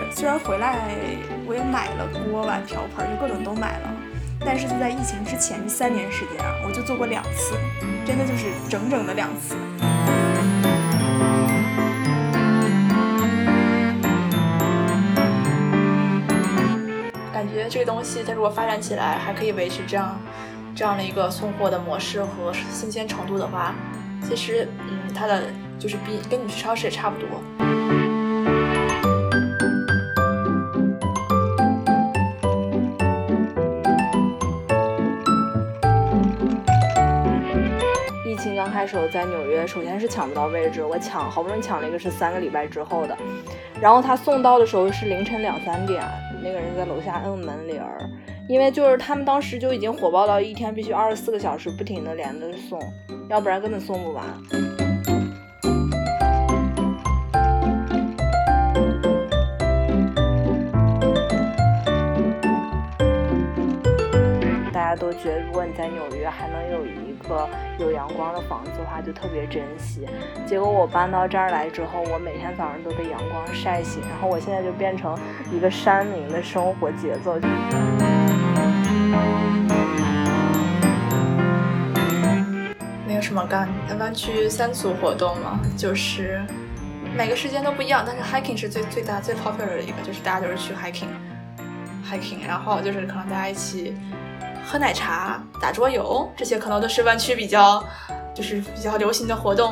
虽然回来我也买了锅碗瓢盆，就各种都买了，但是就在疫情之前这3年时间啊，我就做过2次，真的就是整整的2次。 感觉这个东西它如果发展起来，还可以维持这样的一个送货的模式和新鲜程度的话，其实它的就是跟你去超市也差不多。 疫情刚开始我在纽约，首先是抢不到位置，我好不容易抢了一个是3个礼拜之后的，然后他送到的时候是凌晨2、3点，那个人在楼下摁门铃儿，因为就是他们当时就已经火爆到一天必须24个小时不停的连着送，要不然根本送不完。大家都觉得如果你在纽约还能有一个有阳光的房子的话就特别珍惜，结果我搬到这儿来之后，我每天早上都被阳光晒醒，然后我现在就变成一个山民的生活节奏。 没有什么湾区3组活动吗？就是每个时间都不一样，但是 hiking 是最大最 popular 的一个，就是大家都是去 hiking， 然后就是可能大家一起喝奶茶、打桌游，这些可能都是湾区比较流行的活动。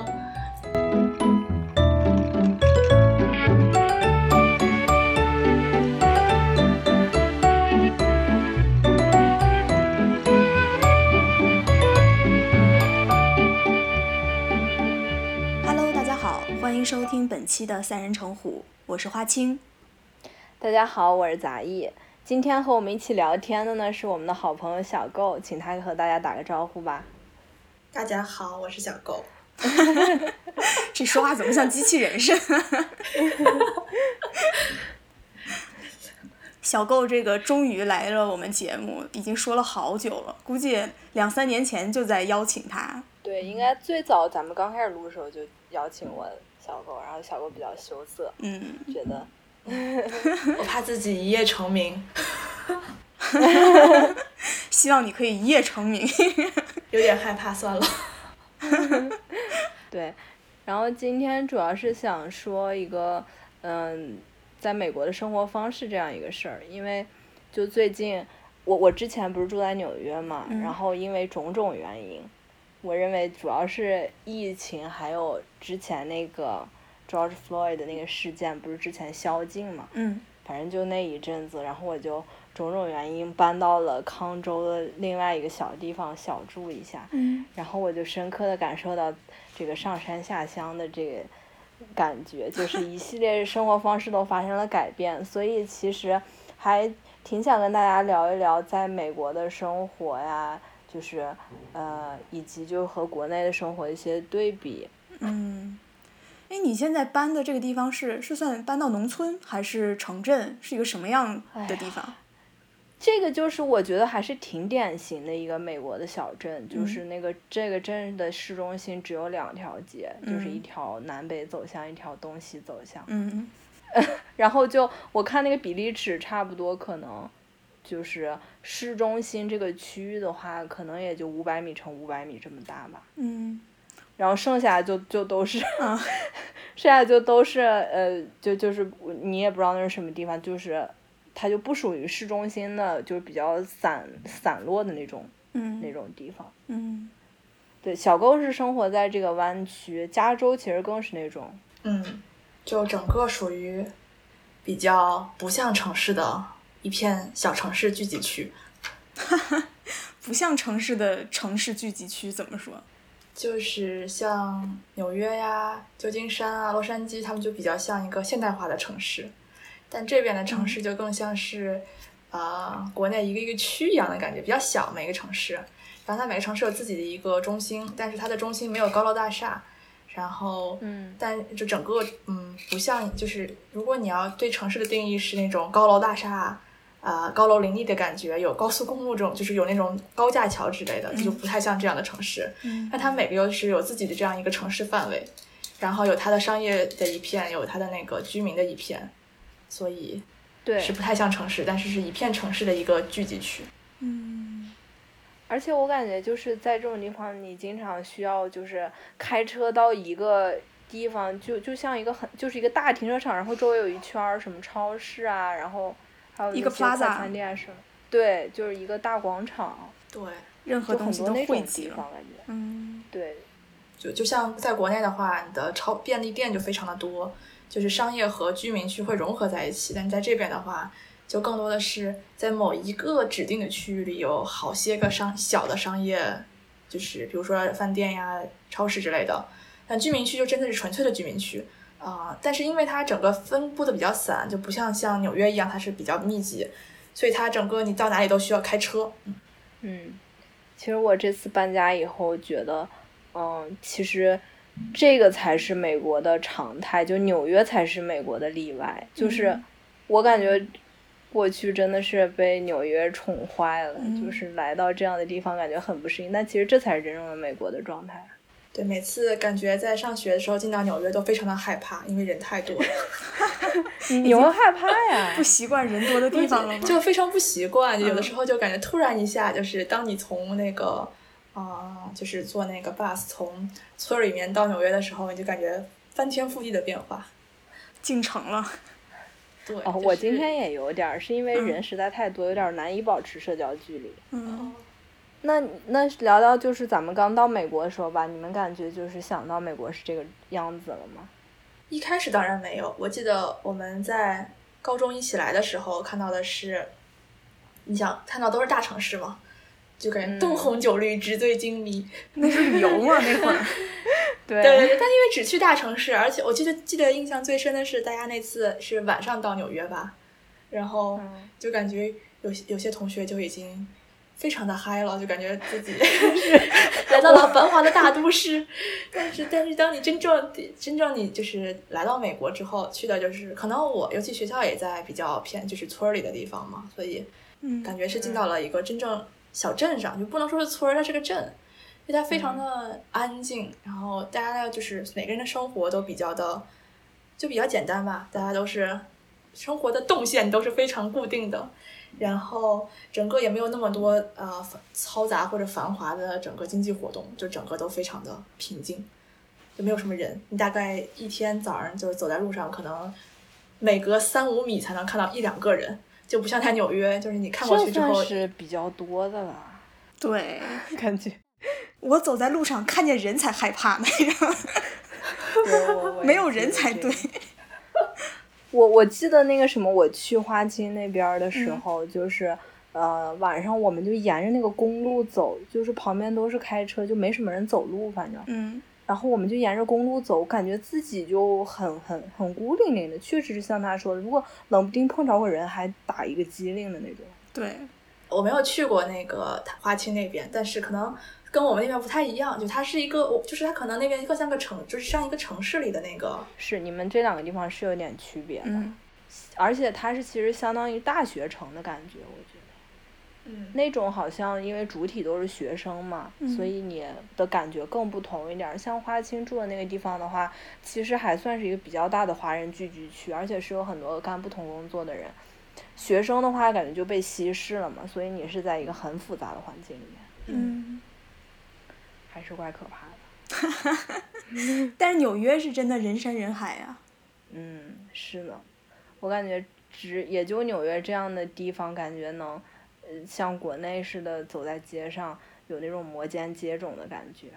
Hello， 大家好，欢迎收听本期的三人成虎，我是花青。 大家好，我是杂艺。今天和我们一起聊天的呢是我们的好朋友小购，请他和大家打个招呼吧。 大家好，我是小购。 这说话怎么像机器人似的？小购这个终于来了我们节目，已经说了好久了，估计2、3年前就在邀请他。 对，应该最早咱们刚开始录的时候就邀请我小购，然后小购比较羞涩，觉得我怕自己一夜成名。 希望你可以一夜成名。 有点害怕，算了。 对，然后今天主要是想说一个在美国的生活方式这样一个事儿，因为就最近我之前不是住在纽约嘛，然后因为种种原因，我认为主要是疫情，还有之前那个 George Floyd 的那个事件，不是之前宵禁嘛，反正就那一阵子，然后我就种种原因搬到了康州的另外一个小地方小住一下，然后我就深刻的感受到这个上山下乡的这个感觉，就是一系列生活方式都发生了改变，所以其实还挺想跟大家聊一聊在美国的生活呀，就是以及就和国内的生活一些对比。 你现在搬的这个地方是算搬到农村还是城镇？是一个什么样的地方？ 这个就是我觉得还是挺典型的一个美国的小镇，就是这个镇的市中心只有2条街，就是一条南北走向，一条东西走向。然后就我看那个比例尺差不多，可能就是市中心这个区域的话，可能也就500米乘500米这么大吧。然后剩下就都是，剩下就都是就是你也不知道那是什么地方，就是它就不属于市中心的，就是比较散落的那种地方。对，小购是生活在这个湾区，加州其实更是那种， 就整个属于比较不像城市的一片小城市聚集区。 不像城市的城市聚集区怎么说？ 就是像纽约呀、旧金山啊、洛杉矶，他们就比较像一个现代化的城市，但这边的城市就更像是国内一个一个区一样的感觉，比较小，每个城市，然后它每个城市有自己的一个中心，但是它的中心没有高楼大厦，然后但就整个不像，就是如果你要对城市的定义是那种高楼大厦高楼林立的感觉，有高速公路这种，就是有那种高架桥之类的，就不太像这样的城市。那它每个又是有自己的这样一个城市范围，然后有它的商业的一片，有它的那个居民的一片， 所以对是不太像城市，但是是一片城市的一个聚集区。 而且我感觉就是在这种地方，你经常需要就是开车到一个地方，就像一个就是一个大停车场，然后周围有一圈什么超市啊，然后还有一个快 plaza 餐店什么，对，就是一个大广场， 对， 任何东西都汇集了，感觉，对， 就像在国内的话，你的便利店就非常的多，就是商业和居民区会融合在一起，但在这边的话，就更多的是在某一个指定的区域里有好些个小的商业，就是比如说饭店呀、超市之类的。但居民区就真的是纯粹的居民区但是因为它整个分布的比较散，就不像纽约一样，它是比较密集，所以它整个你到哪里都需要开车。 其实我这次搬家以后觉得，其实这个才是美国的常态，就纽约才是美国的例外。就是我感觉过去真的是被纽约宠坏了，就是来到这样的地方感觉很不适应，但其实这才是真正的美国的状态。 对，每次感觉在上学的时候进到纽约都非常的害怕，因为人太多了。 你会害怕呀？ 不习惯人多的地方了吗？ 就非常不习惯，有的时候就感觉突然一下，就是当你从那个就是坐那个 bus 从村里面到纽约的时候，你就感觉翻天覆地的变化， 进城了。 对， 我今天也有点，是因为人实在太多，有点难以保持社交距离。那聊聊就是咱们刚到美国的时候吧，你们感觉就是想到美国是这个样子了吗？ 一开始当然没有，我记得我们在高中一起来的时候看到的是，你想看到都是大城市嘛，就感觉灯红酒绿、纸醉金迷， 那是旅游嘛那会儿。 对， 但因为只去大城市，而且我记得印象最深的是大家那次是晚上到纽约吧，然后就感觉有些同学就已经非常的嗨了，就感觉自己来到了繁华的大都市。但是当你真正你就是来到美国之后，去的就是可能尤其学校也在比较偏就是村里的地方嘛，所以感觉是进到了一个真正小镇上，就不能说是村，它是个镇，因为它非常的安静，然后大家呢就是每个人的生活都比较简单吧，大家都是生活的动线都是非常固定的。然后整个也没有那么多嘈杂或者繁华的整个经济活动，就整个都非常的平静，就没有什么人。你大概一天早上就是走在路上，可能每隔3-5米才能看到1-2个人，就不像在纽约，就是你看过去之后这算是比较多的了。 对， 感觉我走在路上看见人才害怕那个， 没有人才对。 我记得那个什么，我去花青那边的时候，就是晚上我们就沿着那个公路走，就是旁边都是开车，就没什么人走路，反正然后我们就沿着公路走，感觉自己就很孤零零的，确实是像他说的，如果冷不丁碰着个人，还打一个激灵的那种。 对， 我没有去过那个花青那边，但是可能跟我们那边不太一样，就它是一个，就是它可能那边更像个就是像一个城市里的那个。 是，你们这两个地方是有点区别的，而且它是其实相当于大学城的感觉，我觉得。那种好像因为主体都是学生嘛，所以你的感觉更不同一点。像花青住的那个地方的话，其实还算是一个比较大的华人聚居区，而且是有很多干不同工作的人。学生的话感觉就被稀释了嘛，所以你是在一个很复杂的环境里面。还是怪可怕的。 但是纽约是真的人山人海啊。 是的，我感觉也就纽约这样的地方，感觉能像国内似的走在街上有那种摩肩接踵的感觉。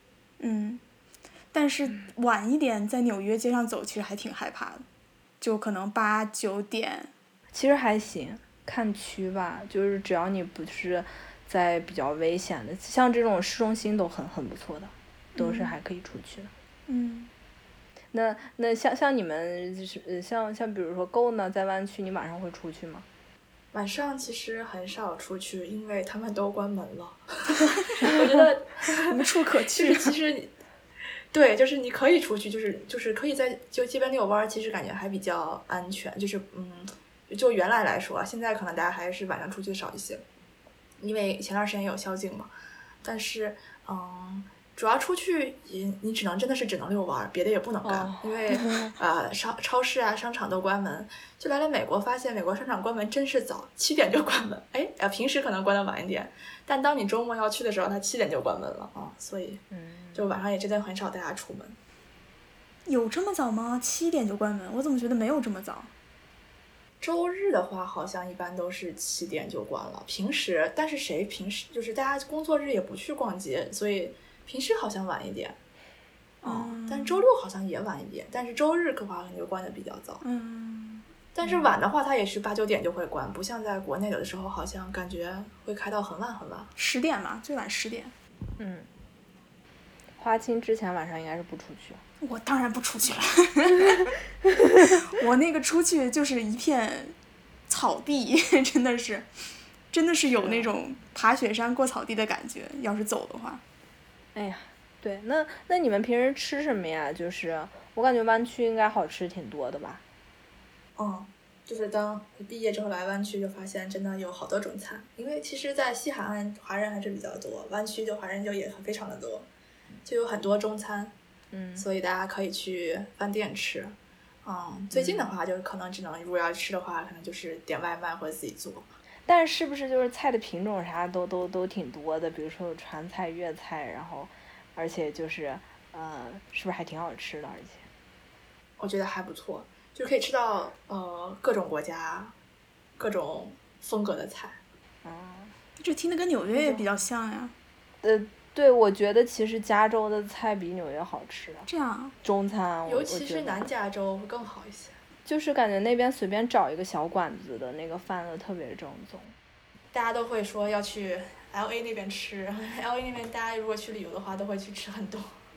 但是晚一点在纽约街上走其实还挺害怕的，就可能8、9点。 其实还行，看区吧，就是只要你不是在比较危险的，像这种市中心都很不错的，都是还可以出去的。那像你们像比如说Go呢，在湾区你晚上会出去吗？ 晚上其实很少出去，因为他们都关门了。我觉得无处可去。 其实对，就是你可以出去，就是可以在街边遛弯，其实感觉还比较安全。就原来来说，现在可能大家还是晚上出去少一些，因为前段时间有宵禁嘛。但是主要出去你真的是只能遛弯，别的也不能干，因为超市啊商场都关门。就来了美国，发现美国商场关门真是早，7点就关门。平时可能关得晚一点，但当你周末要去的时候，它7点就关门了啊，所以就晚上也真的很少带它出门。 有这么早吗？7点就关门？我怎么觉得没有这么早？ 周日的话，好像一般都是7点就关了。但是平时就是大家工作日也不去逛街，所以平时好像晚一点。但是周六好像也晚一点，但是周日的话可能就关的比较早。但是晚的话，它也是8、9点就会关，不像在国内有的时候好像感觉会开到很晚很晚。 10点嘛，最晚10点。 花青之前晚上应该是不出去。 我当然不出去了，我那个出去就是一片草地，真的是有那种爬雪山过草地的感觉。要是走的话， 哎呀，对，那你们平时吃什么呀？就是我感觉湾区应该好吃挺多的吧？ 就是当毕业之后来湾区，就发现真的有好多种餐，因为其实，在西海岸华人还是比较多，湾区就华人就也非常的多，就有很多中餐。所以大家可以去饭店吃。最近的话就是可能如果要吃的话，可能就是点外卖或者自己做。 但是不是就是菜的品种啥都挺多的？比如说有川菜、粤菜，然后而且就是是不是还挺好吃的？而且我觉得还不错，就可以吃到各种国家、各种风格的菜。 这听得跟纽约也比较像呀。 对，我觉得其实加州的菜比纽约好吃。 这样。 中餐， 尤其是南加州会更好一些。 就是感觉那边随便找一个小馆子的那个饭都特别正宗。 大家都会说要去 LA 那边吃，LA 那边大家如果去旅游的话，都会去吃很多。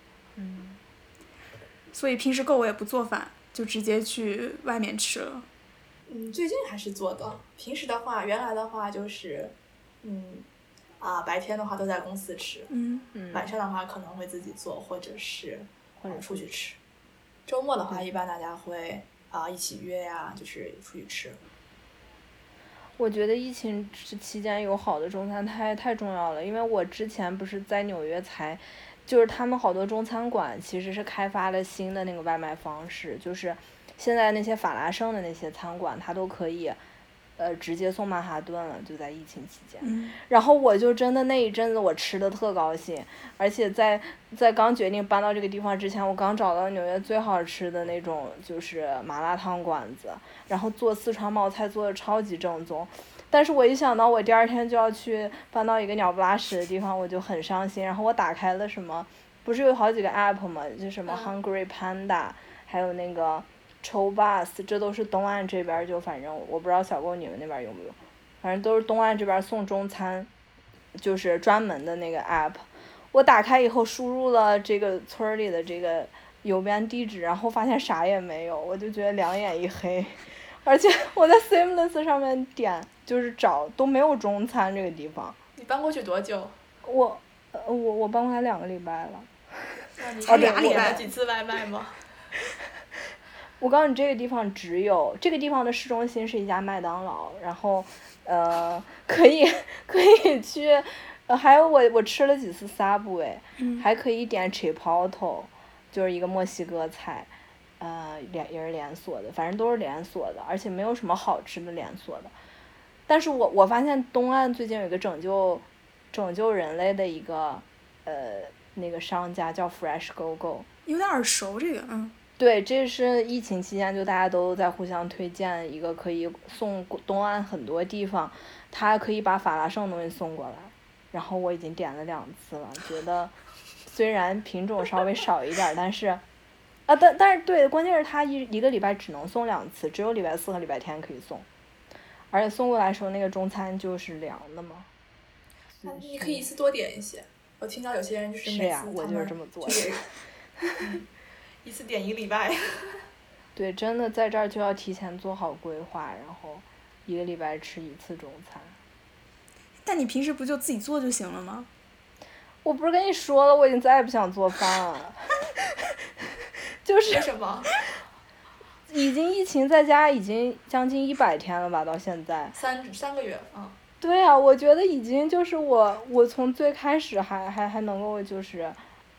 所以平时够我也不做饭，就直接去外面吃了。 最近还是做的。平时的话，原来的话就是白天的话都在公司吃，晚上的话可能会自己做，或者是出去吃。周末的话，一般大家会一起约呀，就是出去吃。 我觉得疫情期间有好的中餐太重要了，因为我之前不是在纽约就是他们好多中餐馆其实是开发了新的那个外卖方式，就是现在那些法拉盛的那些餐馆，它都可以直接送曼哈顿了，就在疫情期间。然后我就真的那一阵子我吃的特高兴，而且在刚决定搬到这个地方之前，我刚找到纽约最好吃的那种就是麻辣烫馆子，然后做四川冒菜做的超级正宗。但是我一想到我第2天就要去搬到一个鸟不拉屎的地方，我就很伤心。然后我打开了不是有好几个 app 吗？就什么 Hungry Panda，还有那个Chobus， 这都是东岸这边，就反正我不知道小狗你们那边有没有，反正都是东岸这边送中餐，就是专门的那个 app。我打开以后输入了这个村里的这个邮编地址，然后发现啥也没有，我就觉得两眼一黑。而且我在 Seamless 上面点就是找都没有中餐这个地方。 你搬过去多久？ 我搬过来2个礼拜了。 那你点了几次外卖吗？ 我告诉你，这个地方这个地方的市中心是一家麦当劳，然后可以去，还有我吃了几次 Subway，还可以点 Chipotle， 就是一个墨西哥菜，也是连锁的，反正都是连锁的，而且没有什么好吃的连锁的。但是我发现东岸最近有一个拯救人类的一个那个商家叫 Fresh Go Go， 有点耳熟这个。 对，这是疫情期间就大家都在互相推荐一个可以送东岸很多地方，它可以把法拉盛东西送过来。然后我已经点了2次了，觉得虽然品种稍微少一点，但是但是对，关键是它一个礼拜只能送2次，只有礼拜4和礼拜天可以送，而且送过来的时候那个中餐就是凉的嘛。 你可以一次多点一些，我听到有些人就是每次呀，我就是这么做的。 一次点1个礼拜。 对，真的在这儿就要提前做好规划，然后1个礼拜吃1次中餐。 但你平时不就自己做就行了吗？ 我不是跟你说了，我已经再也不想做饭了。就是为什么？ 已经疫情在家已经将近100天了吧，到现在。 3个月。 对啊，我觉得已经就是我从最开始还能够就是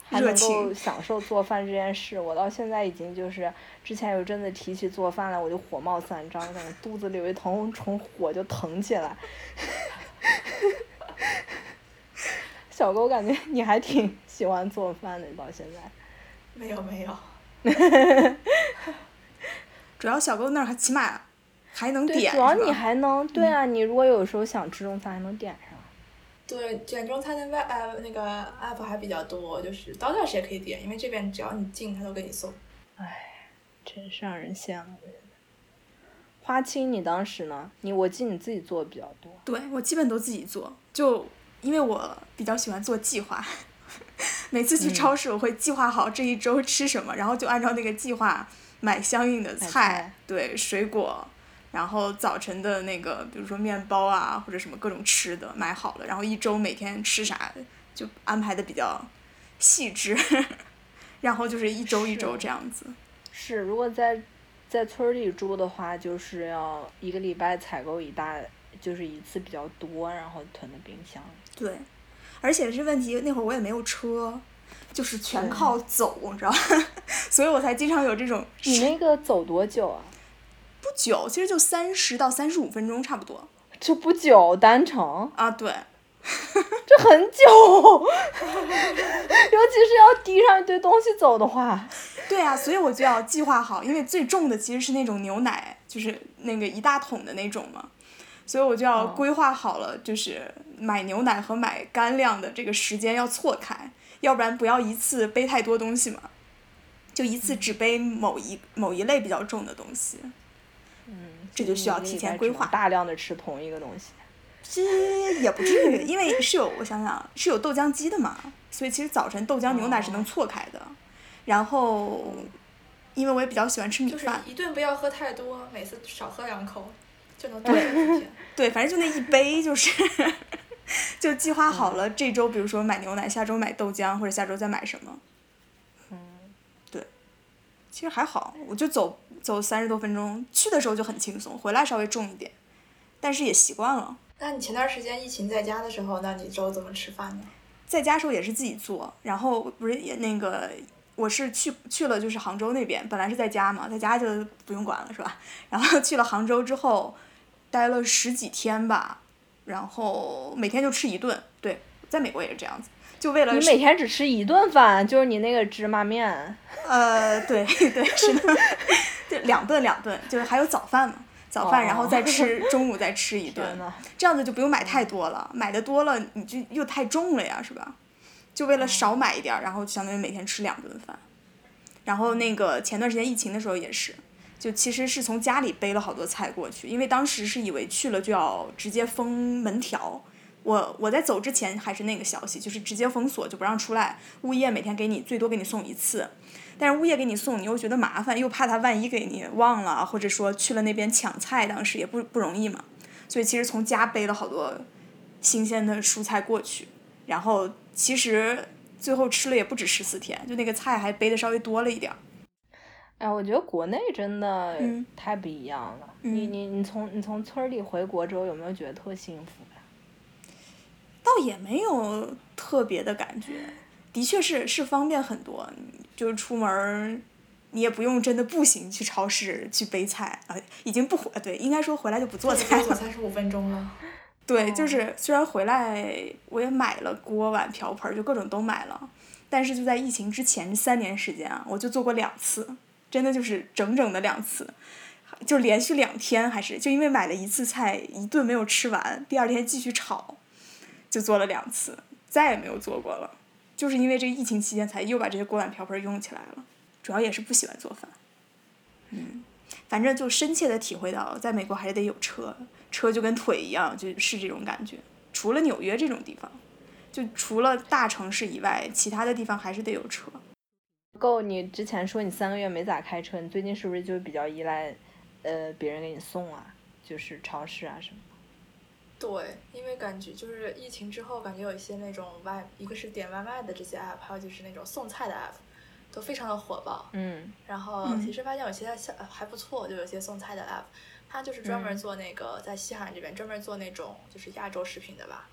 还能够热情享受做饭这件事。我到现在已经就是之前有阵子提起做饭来，我就火冒三丈，感觉肚子里有一桶火就腾起来。小狗，感觉你还挺喜欢做饭的，到现在。 没有。 主要小狗那儿起码还能对， 点， 主要你是吧？ 还能对啊，你如果有时候想吃中餐还能点上。 对，点中餐的那个 app 还比较多，就是到那时也可以点，因为这边只要你进，它都给你送。 真是让人羡慕。花青，你当时呢？我记得你自己做的比较多。 对，我基本都自己做，就因为我比较喜欢做计划，每次去超市我会计划好这一周吃什么，然后就按照那个计划买相应的菜，对，水果，然后早晨的那个比如说面包啊或者什么各种吃的买好了，然后一周每天吃啥就安排的比较细致，然后就是一周一周这样子。 是，如果在村里住的话，就是要一个礼拜采购就是一次比较多，然后囤的冰箱。 对，而且是问题，那会儿我也没有车，就是全靠走，你知道所以我才经常有这种。 你那个走多久啊？ 不久，其实就30到35分钟差不多。 这不久单程啊？对。 这很久，尤其是要提上一堆东西走的话。 对啊，所以我就要计划好，因为最重的其实是那种牛奶，就是那个一大桶的那种嘛，所以我就要规划好了，就是买牛奶和买干粮的这个时间要错开，要不然不要一次背太多东西嘛，就一次只背某一类比较重的东西。这就需要提前规划。 大量的吃同一个东西。 这也不至于，因为我想想是有豆浆机的嘛，所以其实早晨豆浆牛奶是能错开的。然后，因为我也比较喜欢吃米饭， 就是一顿不要喝太多，每次少喝2口就能度过几天。 对，反正就那一杯就是就计划好了这周比如说买牛奶，下周买豆浆，或者下周再买什么。对，其实还好，我就走30多分钟，去的时候就很轻松，回来稍微重一点，但是也习惯了。 那你前段时间疫情在家的时候，那你周怎么吃饭呢？ 在家时候也是自己做，然后不是也那个，我是去了就是杭州那边，本来是在家嘛，在家就不用管了是吧？然后去了杭州之后，待了10几天吧，然后每天就吃一顿，对，在美国也是这样子，就为了你每天只吃一顿饭，就是你那个芝麻面。 对是的，对，2顿，就是还有早饭嘛。早饭，然后再吃，中午再吃一顿，这样子就不用买太多了，买的多了你就又太重了呀，是吧？就为了少买一点，然后相当于每天吃2顿饭。然后那个前段时间疫情的时候也是，就其实是从家里背了好多菜过去，因为当时是以为去了就要直接封门条。我在走之前还是那个消息，就是直接封锁，就不让出来，物业每天最多给你送1次。但是物业给你送，你又觉得麻烦，又怕他万一给你忘了，或者说去了那边抢菜，当时也不容易嘛。所以其实从家背了好多新鲜的蔬菜过去，然后其实最后吃了也不止14天，就那个菜还背的稍微多了一点。 哎，我觉得国内真的太不一样了。你从村里回国之后，有没有觉得特幸福呀？ 倒也没有特别的感觉。的确是方便很多，就是出门你也不用真的步行去超市去背菜啊，已经不对，应该说回来就不做菜了。 做35分钟了。 对，就是虽然回来我也买了锅碗瓢盆，就各种都买了，但是就在疫情之前3年时间啊，我就做过2次，真的就是整整的2次，就连续2天，还是就因为买了1次菜，一顿没有吃完，第2天继续炒，就做了2次，再也没有做过了。就是因为这个疫情期间才又把这些锅碗瓢盆用起来了，主要也是不喜欢做饭。反正就深切的体会到在美国还是得有车就跟腿一样，就是这种感觉。除了纽约这种地方，就除了大城市以外，其他的地方还是得有车。 够，你之前说你3个月没咋开车，你最近是不是就比较依赖别人给你送啊，就是超市啊什么的？ 对，因为感觉就是疫情之后，感觉有一些那种一个是点外卖的这些 app， 还有就是那种送菜的 app， 都非常的火爆。然后其实发现有些还不错，就有些送菜的 app， 它就是专门做那个在西海岸这边专门做那种就是亚洲食品的吧，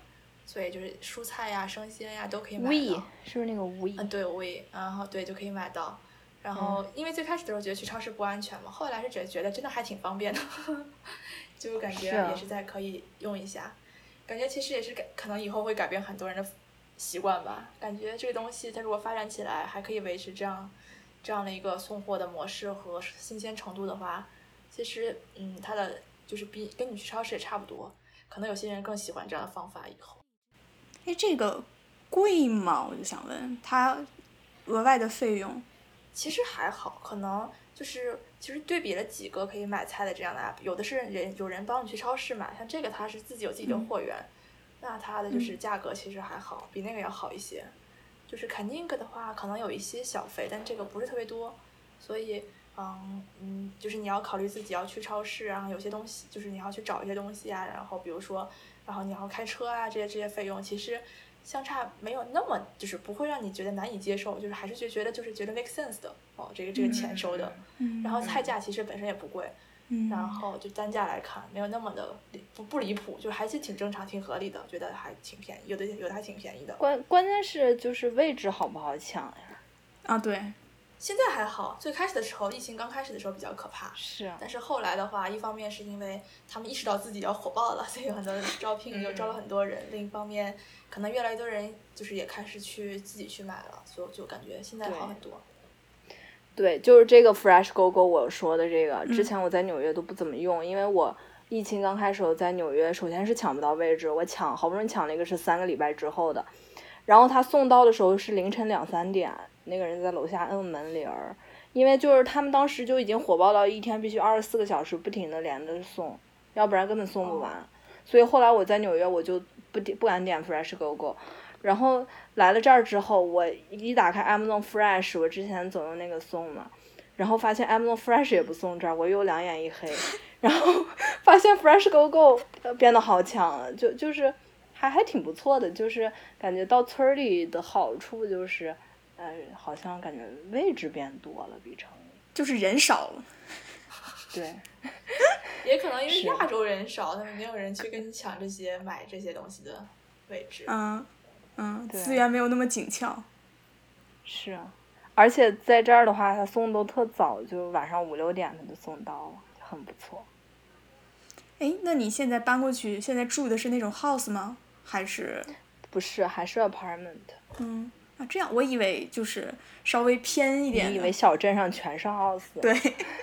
所以就是蔬菜呀、生鲜呀都可以买到。 We 是不是那个 We？ 对 We， 然后对就可以买到。然后因为最开始的时候觉得去超市不安全嘛，后来是觉得真的还挺方便的，就感觉也是在可以用一下。感觉其实也是可能以后会改变很多人的习惯吧。感觉这个东西它如果发展起来，还可以维持这样的一个送货的模式和新鲜程度的话，其实它的就是跟你去超市也差不多。可能有些人更喜欢这样的方法以后。 这个贵吗？我就想问，它额外的费用？ 其实还好，可能就是其实对比了几个可以买菜的这样的 app， 有的是有人帮你去超市买，像这个它是自己有自己的货源，那它的就是价格其实还好，比那个要好一些。就是肯定的话可能有一些小费，但这个不是特别多，所以就是你要考虑自己要去超市啊，有些东西就是你要去找一些东西啊，然后比如说然后你要开车啊，这些费用其实相差没有那么，就是不会让你觉得难以接受，就是还是觉得 make sense 的这个钱收的，然后菜价其实本身也不贵，然后就单价来看没有那么的不离谱，就还是挺正常挺合理的，觉得还挺便宜，有的还挺便宜的。 关键是就是位置好不好抢呀？ 啊，对。 现在还好，最开始的时候，疫情刚开始的时候比较可怕。 是。 但是后来的话，一方面是因为他们意识到自己要火爆了，所以有很多招聘又招了很多人；另一方面，可能越来越多人就是也开始自己去买了，所以就感觉现在好很多。 对，就是这个 Fresh Go Go 我说的这个，之前我在纽约都不怎么用，因为我疫情刚开始我在纽约，首先是抢不到位置，我好不容易抢了一个是3个礼拜之后的，然后他送到的时候是凌晨2、3点，那个人在楼下摁门铃儿，因为就是他们当时就已经火爆到一天必须24个小时不停的连着送，要不然根本送不完，所以后来我在纽约我就不敢点 Fresh Go Go， 然后来了这儿之后，我一打开 Amazon Fresh， 我之前总用那个送嘛，然后发现 Amazon Fresh 也不送这儿，我又两眼一黑，然后发现 Fresh Go Go 变得好抢了，就是还挺不错的，就是感觉到村里的好处就是，好像感觉位置变多了，比城里就是人少了。 对， 也可能因为亚洲人少，他们没有人去跟你抢这些买这些东西的位置。 资源没有那么紧俏。 是啊，而且在这儿的话，他送都特早，就晚上5、6点他就送到了，很不错。 那你现在搬过去，现在住的是那种 house 吗？还是？ 不是，还是 apartment。 这样我以为就是稍微偏一点的。 你以为小镇上全是 house？ 对。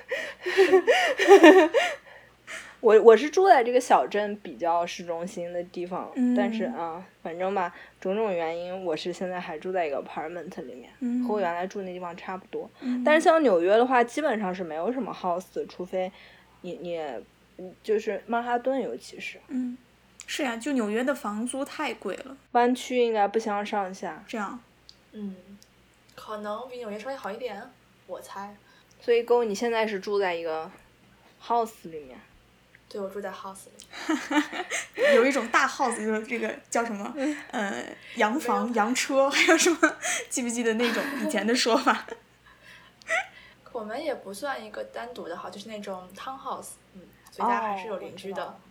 我是住在这个小镇比较市中心的地方，但是反正吧，种种原因，我是现在还住在一个 apartment 里面，和我原来住那地方差不多。但是像纽约的话，基本上是没有什么 house， 除非你就是曼哈顿，尤其是。 是呀，就纽约的房租太贵了。 湾区应该不相上下。 这样。 可能比纽约稍微好一点，我猜。 所以你现在是住在一个 house 里面？ 对，我住在 house 里。 有一种大 house， 就是这个叫什么？洋房、洋车，还有什么？记不记得那种以前的说法？ 我们也不算一个单独的 house，就是那种 townhouse，所以大家还是有邻居的。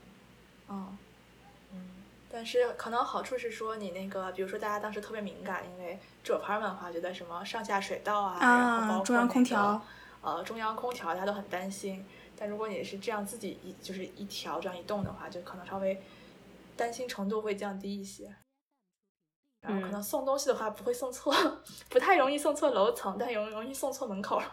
但是可能好处是说你那个，比如说大家当时特别敏感，因为住 apartment 的话，觉得什么上下水道啊，然后包括中央空调， 中央空调大家都很担心。但如果你是这样自己就是一条这样一动的话，就可能稍微担心程度会降低一些。然后可能送东西的话不会送错，不太容易送错楼层，但容易送错门口。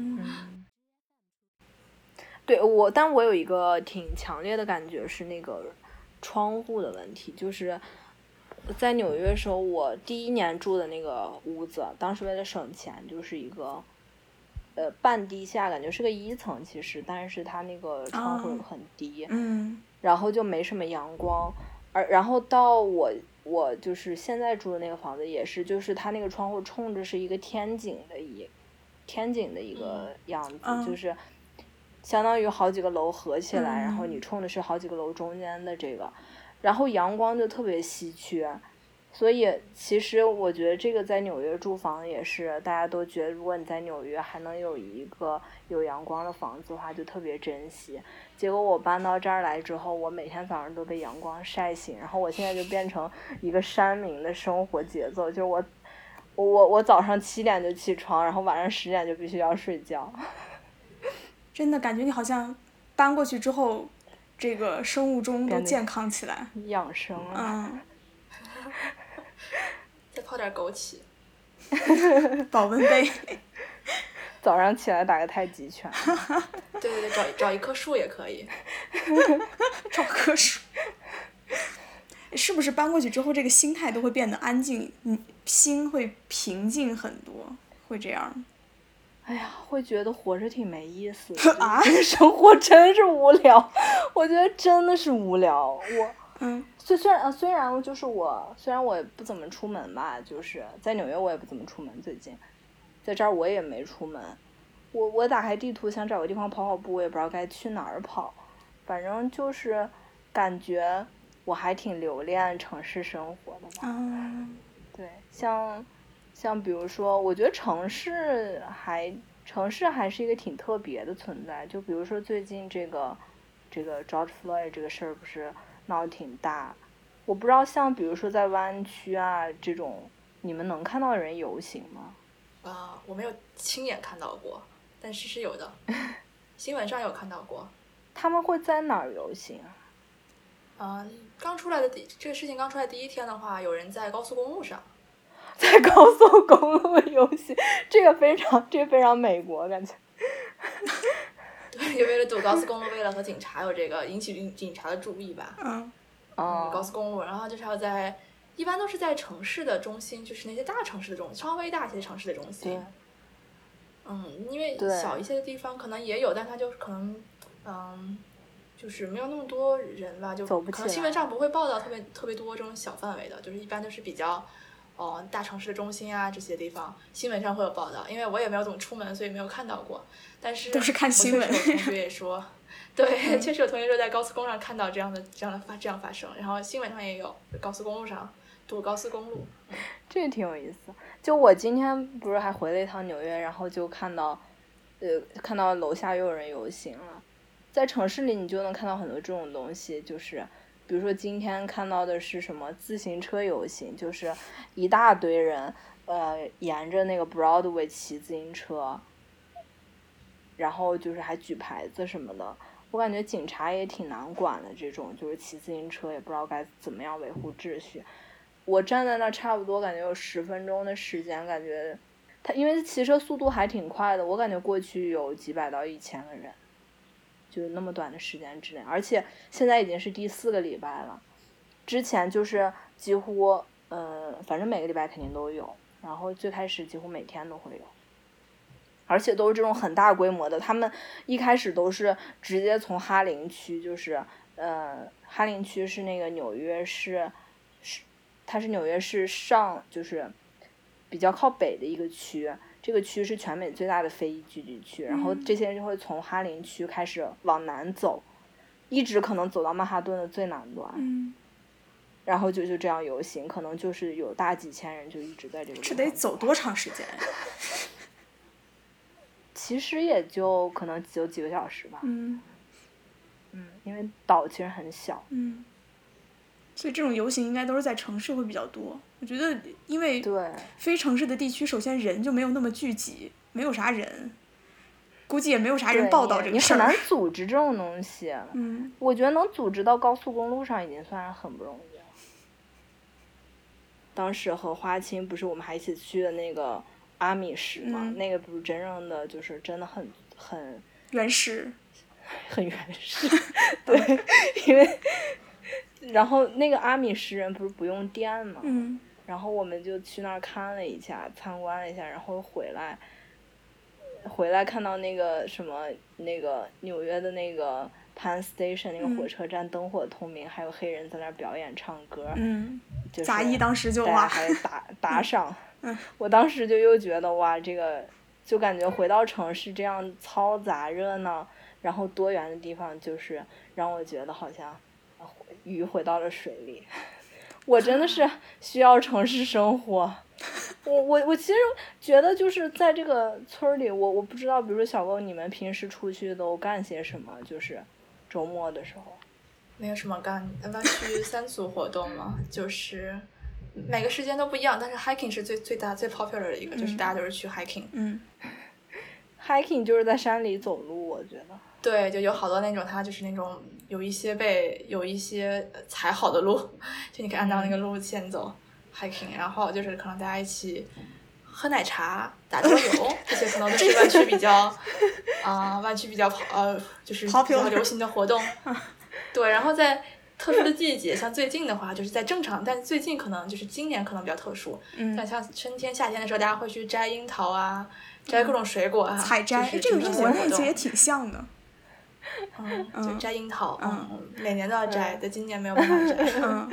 对但我有一个挺强烈的感觉是那个窗户的问题，就是在纽约的时候，我第1年住的那个屋子，当时为了省钱，就是一个半地下，感觉是个1层其实，但是它那个窗户很低，然后就没什么阳光，然后到我就是现在住的那个房子也是，就是它那个窗户冲着是一个天井的一个样子，就是相当于好几个楼合起来，然后你冲的是好几个楼中间的这个，然后阳光就特别稀缺， 所以其实我觉得这个在纽约住房也是大家都觉得，如果你在纽约还能有一个有阳光的房子的话，就特别珍惜。结果我搬到这儿来之后，我每天早上都被阳光晒醒，然后我现在就变成一个山民的生活节奏，就是我早上7点就起床，然后晚上10点就必须要睡觉。 真的感觉你好像搬过去之后，这个生物钟都健康起来， 养生啊。 再泡点枸杞， 保温杯。 早上起来打个太极拳。 对，找一棵树也可以。 找棵树。是不是搬过去之后，这个心态都会变得安静，心会平静很多，会这样？ 哎呀，会觉得活着挺没意思的。啊？这个生活真是无聊，我觉得真的是无聊。虽然就是虽然我也不怎么出门吧，就是在纽约我也不怎么出门，最近在这儿我也没出门。我打开地图想找个地方跑步，我也不知道该去哪儿跑，反正就是感觉我还挺留恋城市生活的吧。对，像比如说，我觉得城市还是一个挺特别的存在。就比如说最近这个 George Floyd 这个事儿不是闹得挺大，我不知道像比如说在湾区啊这种，你们能看到人游行吗？ 我没有亲眼看到过，但是有的，新闻上有看到过。 他们会在哪儿游行啊？这个事情刚出来第一天的话，有人在高速公路上。 在高速公路游行，这个非常美国感觉。 对，为了堵高速公路，为了和警察有这个引起警察的注意吧。高速公路，然后就是要一般都是在城市的中心，就是那些大城市的中心，稍微大一些城市的中心。因为小一些的地方可能也有，但它就可能，就是没有那么多人吧，就可能新闻上不会报道特别多这种小范围的，就是一般都是比较。大城市的中心啊，这些地方新闻上会有报道，因为我也没有怎么出门，所以没有看到过。但是都是看新闻。 我确实有同学也说，对，确实有同学说在高速公路上看到这样发生，然后新闻上也有高速公路上堵高速公路。 这个挺有意思。就我今天不是还回了一趟纽约，然后就看到楼下又有人游行了。在城市里你就能看到很多这种东西，就是比如说今天看到的是什么自行车游行，就是一大堆人沿着那个 Broadway 骑自行车，然后就是还举牌子什么的。我感觉警察也挺难管的，这种就是骑自行车也不知道该怎么样维护秩序。我站在那差不多感觉有10分钟的时间，感觉他因为骑车速度还挺快的，我感觉过去有几百到1000个人，就是那么短的时间之内，而且现在已经是第4个礼拜了，之前就是几乎反正每个礼拜肯定都有，然后最开始几乎每天都会有，而且都是这种很大规模的。他们一开始都是直接从哈林区，就是哈林区是那个纽约市，它是纽约市上就是比较靠北的一个区，这个区是全美最大的非裔聚集区，然后这些人就会从哈林区开始往南走，一直可能走到曼哈顿的最南端，然后就这样游行，可能就是有大几千人就一直在这个。 这得走多长时间呀？ 其实也就可能只有几个小时吧。因为岛其实很小。 所以这种游行应该都是在城市会比较多。我觉得，因为非城市的地区，首先人就没有那么聚集，没有啥人，估计也没有啥人报道这个事儿。 你很难组织这种东西。我觉得能组织到高速公路上已经算是很不容易了。当时和花青不是我们还一起去的那个阿米什嘛，那个不是真正的就是真的很原始， 很原始。对，因为然后那个阿米什人不是不用电嘛，然后我们就去那儿看了一下，参观了一下，然后回来看到那个什么那个纽约的那个 Penn Station 那个火车站灯火通明，还有黑人在那儿表演唱歌，就是杂役当时就哇，还打赏，我当时就又觉得哇，这个就感觉回到城市这样嘈杂热闹然后多元的地方，就是让我觉得好像鱼回到了水里。 我真的是需要城市生活。我其实觉得就是在这个村里，我不知道，比如说小狗，你们平时出去都干些什么？就是周末的时候。 没有什么干，湾区3组活动嘛，就是每个时间都不一样，但是 hiking 是最大最 popular 的一个，就是大家都是去 hiking。 hiking 就是在山里走路，我觉得。 对，就有好多那种，它就是那种有一些踩好的路，就你可以按照那个路线走 hiking， 然后就是可能大家一起喝奶茶、打桌游，这些可能都是湾区比较就是比较流行的活动。对，然后在特殊的季节，像最近的话，就是在正常，但最近可能就是今年可能比较特殊，像春天、夏天的时候，大家会去摘樱桃啊，摘各种水果啊， 采摘，这个跟国内其实也挺像的。 就摘樱桃，每年都要摘，但今年没有办法摘。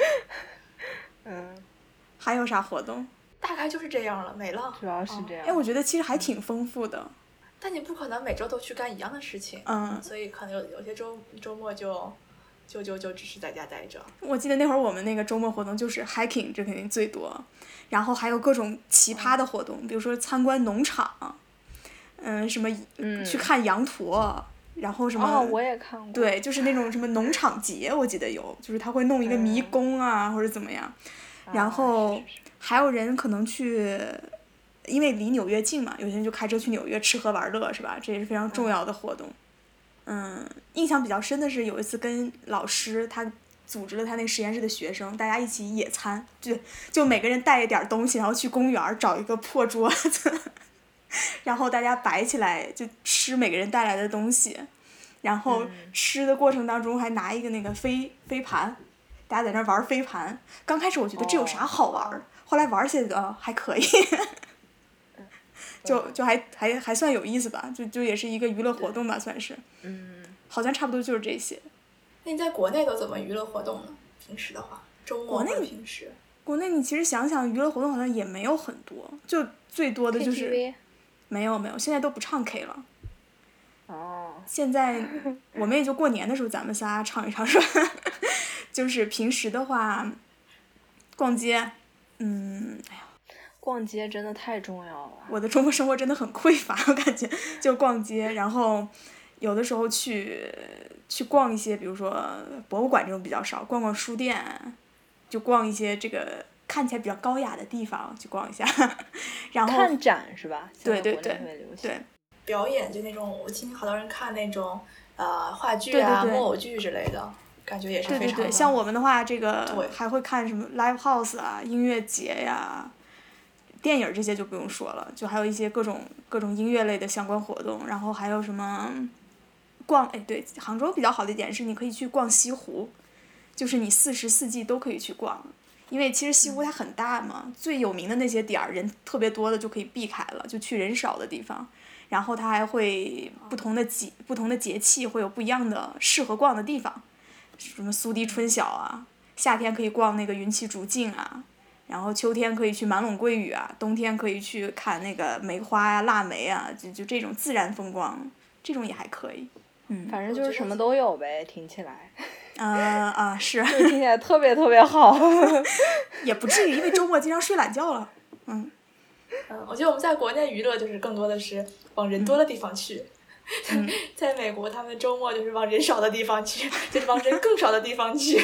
还有啥活动？ 大概就是这样了，没了。 主要是这样。 哎，我觉得其实还挺丰富的。 但你不可能每周都去干一样的事情，所以可能有些周末就只是在家待着。 我记得那会儿我们那个周末活动就是 hiking， 这肯定最多，然后还有各种奇葩的活动，比如说参观农场，什么去看羊驼，然后什么我也看过。 对，就是那种什么农场节，我记得有，就是他会弄一个迷宫啊，或者怎么样，然后还有人可能去。因为离纽约近嘛，有些人就开车去纽约吃喝玩乐，是吧？这也是非常重要的活动。印象比较深的是有一次跟老师他组织了他那个实验室的学生，大家一起野餐，就每个人带一点东西，然后去公园找一个破桌子，然后大家摆起来就吃每个人带来的东西，然后吃的过程当中还拿一个那个飞盘，大家在那玩飞盘。刚开始我觉得这有啥好玩，后来玩起来还可以。就还算有意思吧，就也是一个娱乐活动吧，算是。好像差不多就是这些。 那你在国内都怎么娱乐活动呢？平时的话，周末或者平时。 国内你其实想想，娱乐活动好像也没有很多，就最多的就是。 KTV？ 没有，现在都不唱 K 了。现在我们也就过年的时候咱们仨唱一唱是吧？就是平时的话，逛街，哎呀。 逛街真的太重要了。 我的周末生活真的很匮乏，我感觉就逛街，然后有的时候去逛一些，比如说博物馆这种比较少，逛逛书店，就逛一些这个看起来比较高雅的地方去逛一下，然后看展是吧？ 对。 表演就那种，我听好多人看那种话剧啊、木偶剧之类的，感觉也是非常对，像我们的话，这个还会看什么 live house 啊、音乐节呀。电影这些就不用说了，就还有一些各种音乐类的相关活动，然后还有什么对，杭州比较好的一点是你可以去逛西湖，就是你4时4季都可以去逛，因为其实西湖它很大嘛，最有名的那些点儿人特别多的就可以避开了，就去人少的地方，然后它还会不同的节气会有不一样的适合逛的地方，什么苏堤春晓啊，夏天可以逛那个云栖竹径啊。然后秋天可以去满陇桂屿啊，冬天可以去看那个梅花呀、腊梅啊，就这种自然风光，这种也还可以。 反正就是什么都有呗，听起来。 是。 就听起来特别特别好。 也不至于，因为周末经常睡懒觉了。 我觉得我们在国内娱乐就是更多的是往人多的地方去。在美国，他们周末就是往人少的地方去，就是往人更少的地方去。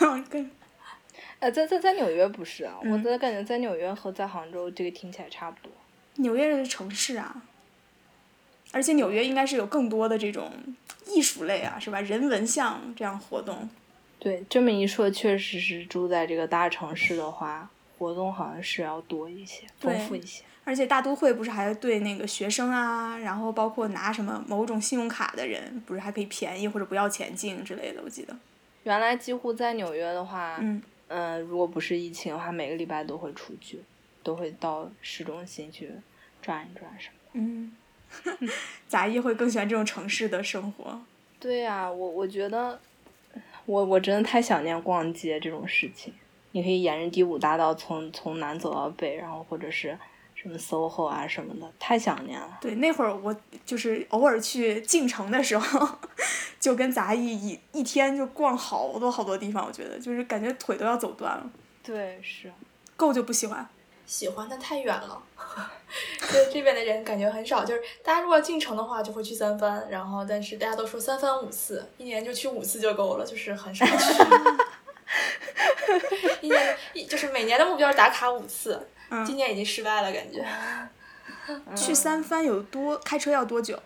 在纽约不是啊，我感觉在纽约和在杭州这个听起来差不多。 纽约是城市啊，而且纽约应该是有更多的这种艺术类啊，是吧？人文项这样活动。 对，这么一说，确实是住在这个大城市的话，活动好像是要多一些，丰富一些。 而且大都会不是还对那个学生啊，然后包括拿什么某种信用卡的人，不是还可以便宜或者不要钱进之类的，我记得。 原来几乎在纽约的话。如果不是疫情的话，每个礼拜都会出去，都会到市中心去转一转什么的。杂艺会更喜欢这种城市的生活。 对呀，我觉得我真的太想念逛街这种事情。你可以沿着第5大道从南走到北，然后或者是什么 SOHO 啊什么的，太想念了。 对，那会儿我就是偶尔去进城的时候，就跟杂艺一天就逛好多地方，我觉得就是感觉腿都要走断了。 对，是。 够就不喜欢。 喜欢但太远了，所以这边的人感觉很少。就是大家如果进城的话，就会去三藩，然后但是大家都说三藩5次，一年就去5次就够了，就是很少去。就是每年的目标是打卡5次，今年已经失败了，感觉。 去三藩开车要多久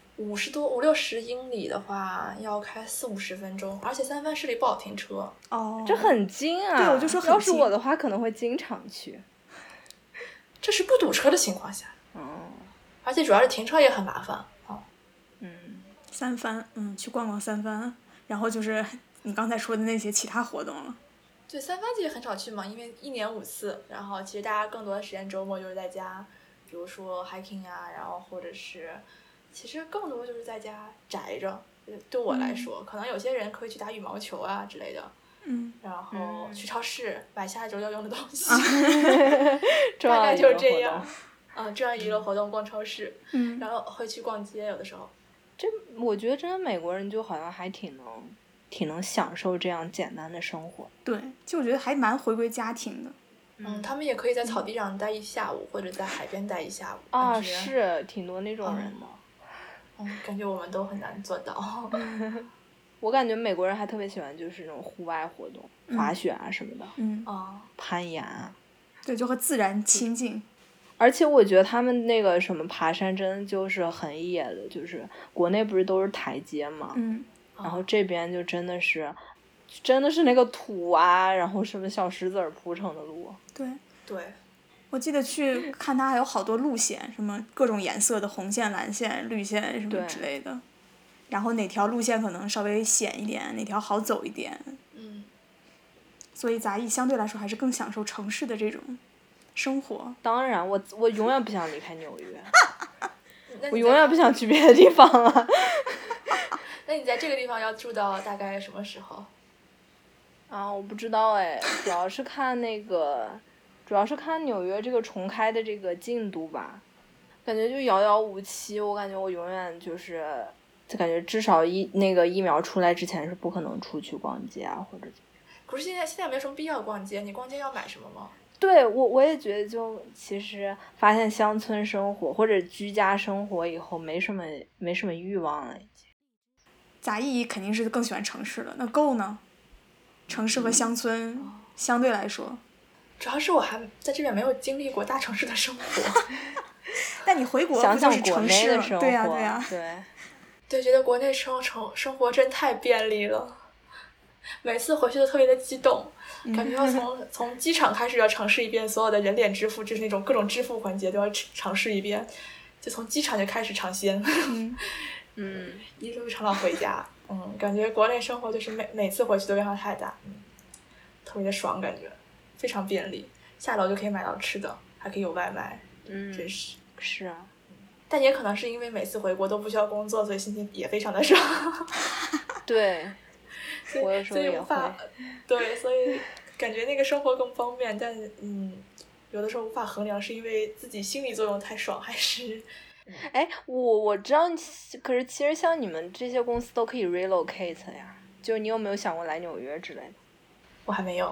？50-60英里的话，要开40-50分钟，而且三藩市里不好停车。 哦， 这很近啊！ 对，我就说很近。 要是我的话，可能会经常去。 这是不堵车的情况下。而且主要是停车也很麻烦。 三藩，去逛逛三藩，然后就是你刚才说的那些其他活动了。 对，三藩其实很少去嘛，因为1年5次，然后其实大家更多的时间周末就是在家，比如说 hiking 啊，然后或者是，其实更多就是在家宅着。对我来说，可能有些人可以去打羽毛球啊之类的。然后去超市买下周要用的东西，大概就是这样。这样娱乐活动逛超市，然后会去逛街，有的时候。 我觉得真的美国人就好像还挺能享受这样简单的生活。 对，就我觉得还蛮回归家庭的。 他们也可以在草地上待一下午，或者在海边待一下午。 啊，是挺多那种人的。 感觉我们都很难做到。 我感觉美国人还特别喜欢就是那种户外活动，滑雪啊什么的，攀岩啊， 对，就和自然亲近。 而且我觉得他们那个什么爬山真的就是很野的，就是国内不是都是台阶嘛，然后这边就真的是那个土啊，然后什么小石子铺成的路。 对。 我记得去看它还有好多路线，什么各种颜色的红线、蓝线、绿线什么之类的。然后哪条路线可能稍微险一点，哪条好走一点。所以杂艺相对来说还是更享受城市的这种生活。 当然，我永远不想离开纽约，我永远不想去别的地方了。 那你在这个地方要住到大概什么时候？ 我不知道哎，主要是看纽约这个重开的这个进度吧，感觉就遥遥无期。我感觉我永远就感觉至少那个疫苗出来之前是不可能出去逛街啊，或者。 可是现在没有什么必要逛街，你逛街要买什么吗？ 对，我也觉得就其实发现乡村生活或者居家生活以后没什么欲望了已经。 杂艺肯定是更喜欢城市了，那够呢？城市和乡村相对来说。 主要是我还在这边没有经历过大城市的生活。 但你回国不就是城市了？对呀。 对，觉得国内生活真太便利了，每次回去都特别的激动，感觉要从机场开始要尝试一遍所有的人脸支付，就是那种各种支付环节都要尝试一遍，就从机场就开始尝鲜。一路尝到回家。感觉国内生活就是每次回去都压力太大，特别的爽，感觉非常便利，下楼就可以买到吃的，还可以有外卖，真是。 是啊。 但也可能是因为每次回国都不需要工作，所以心情也非常的爽。 对，我有时候也会。 对，所以感觉那个生活更方便，但有的时候无法衡量是因为自己心理作用太爽，还是。 哎，我知道，可是其实像你们这些公司都可以 relocate 呀，就你有没有想过来纽约之类的？ 我还没有。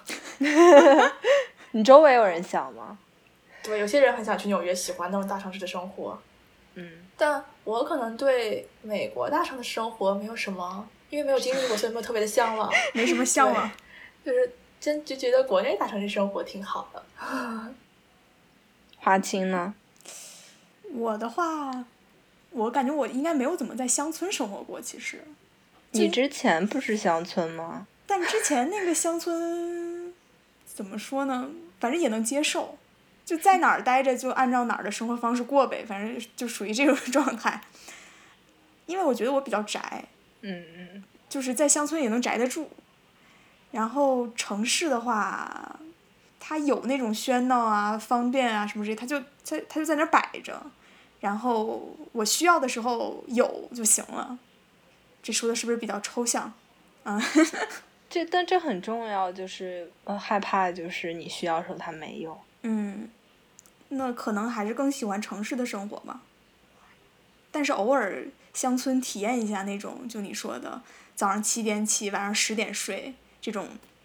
你周围有人想吗？ 对，有些人很想去纽约，喜欢那种大城市的生活。但我可能对美国大城市生活没有什么，因为没有经历过，所以没有特别的向往。 没什么向往。 就是就觉得国内大城市生活挺好的。 华清呢？ 我的话，我感觉我应该没有怎么在乡村生活过，其实。 你之前不是乡村吗？ 但之前那个乡村怎么说呢，反正也能接受，就在哪儿待着就按照哪儿的生活方式过呗，反正就属于这种状态。因为我觉得我比较宅，就是在乡村也能宅得住。然后城市的话，它有那种喧闹啊、方便啊什么之类，它就在那儿摆着，然后我需要的时候有就行了。这说的是不是比较抽象？ 但这很重要，就是害怕就是你需要的时候它没有。 那可能还是更喜欢城市的生活吧。但是偶尔乡村体验一下那种，就你说的早上7点起，晚上10点睡，这种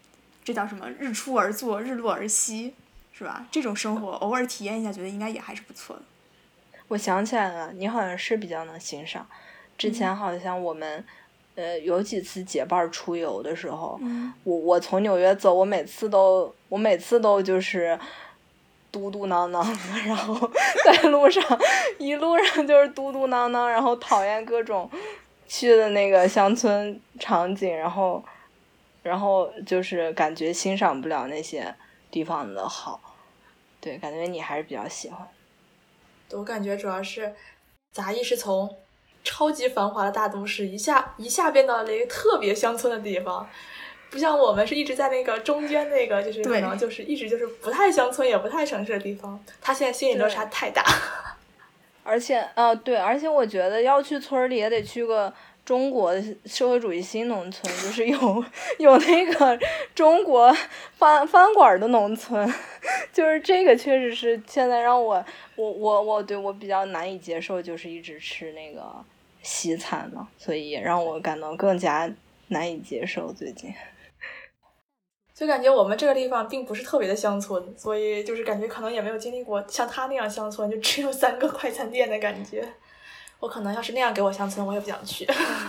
这叫什么日出而作，日落而息，是吧？这种生活偶尔体验一下，觉得应该也还是不错的。 我想起来了，你好像是比较能欣赏。之前好像我们有几次结伴出游的时候，我从纽约走，我每次都就是嘟嘟囔囔的，然后在路上一路上就是嘟嘟囔囔，然后讨厌各种去的那个乡村场景，然后就是感觉欣赏不了那些地方的好。对，感觉你还是比较喜欢。 我感觉主要是杂艺是从超级繁华的大都市一下变到了一个特别乡村的地方，不像我们是一直在那个中间那个，就是可能就是一直就是不太乡村也不太城市的地方，他现在心理落差太大。 而且对，而且我觉得要去村里也得去个中国的社会主义新农村，就是有那个中国饭馆的农村，就是这个确实是现在让我对我比较难以接受，就是一直吃那个西餐嘛，所以也让我感到更加难以接受最近。 就感觉我们这个地方并不是特别的乡村，所以就是感觉可能也没有经历过像他那样乡村，就只有3个快餐店的感觉。我可能要是那样给我乡村，我也不想去。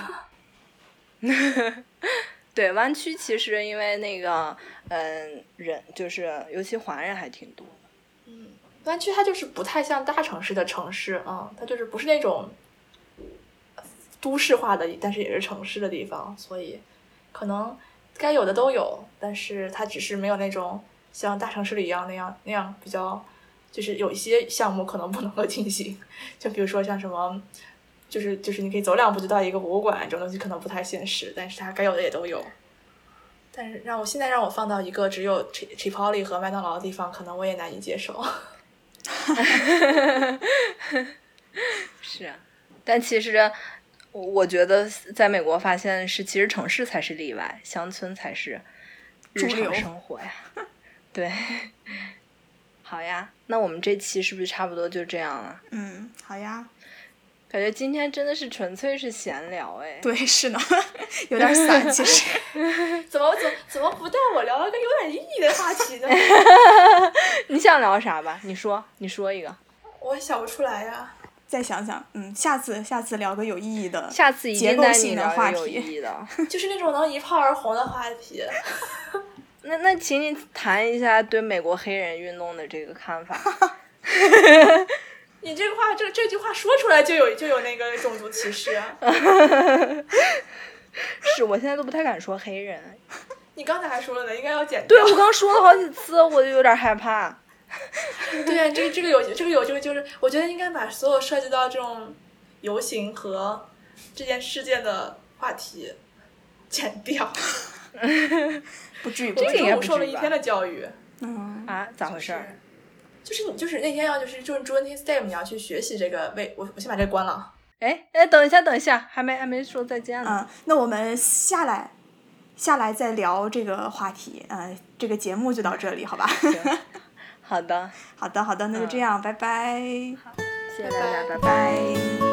对，湾区其实因为那个人就是尤其华人还挺多的。 湾区它就是不太像大城市的城市它就是不是那种都市化的，但是也是城市的地方，所以可能该有的都有，但是它只是没有那种像大城市里一样那样比较，就是有一些项目可能不能够进行，就比如说像什么，就是你可以走2步就到一个博物馆，这种东西可能不太现实，但是它该有的也都有。但是现在让我放到一个只有 Chipotle 和麦当劳的地方，可能我也难以接受。 是啊，但其实我觉得在美国发现是，其实城市才是例外，乡村才是日常生活呀。对，好呀，那我们这期是不是差不多就这样了？ 好呀。 感觉今天真的是纯粹是闲聊哎。 对，是呢，有点散其实。 怎么不带我聊了个有点意义的话题呢？ 你想聊啥吧？你说一个。 我想不出来呀。 再想想，下次聊个有意义的， 下次一定带你聊个有意义的， 就是那种能一炮而红的话题。 那请你谈一下对美国黑人运动的这个看法。 你这个话，这句话说出来就有那个种族歧视啊。 是，我现在都不太敢说黑人。 你刚才还说了呢，应该要剪掉。 对，我刚说了好几次，我就有点害怕。 对啊，这个就是我觉得应该把所有涉及到这种游行和这件事件的话题剪掉。 不至于， 这个我受了1天的教育。 咋回事？ 就是那天就是 Joint STEM 你要去学习这个，我先把这个关了。 哎，等一下，还没说再见呢。 那我们下来再聊这个话题，这个节目就到这里，好吧？ 好的， 那就这样，拜拜。 好，谢谢大家，拜拜。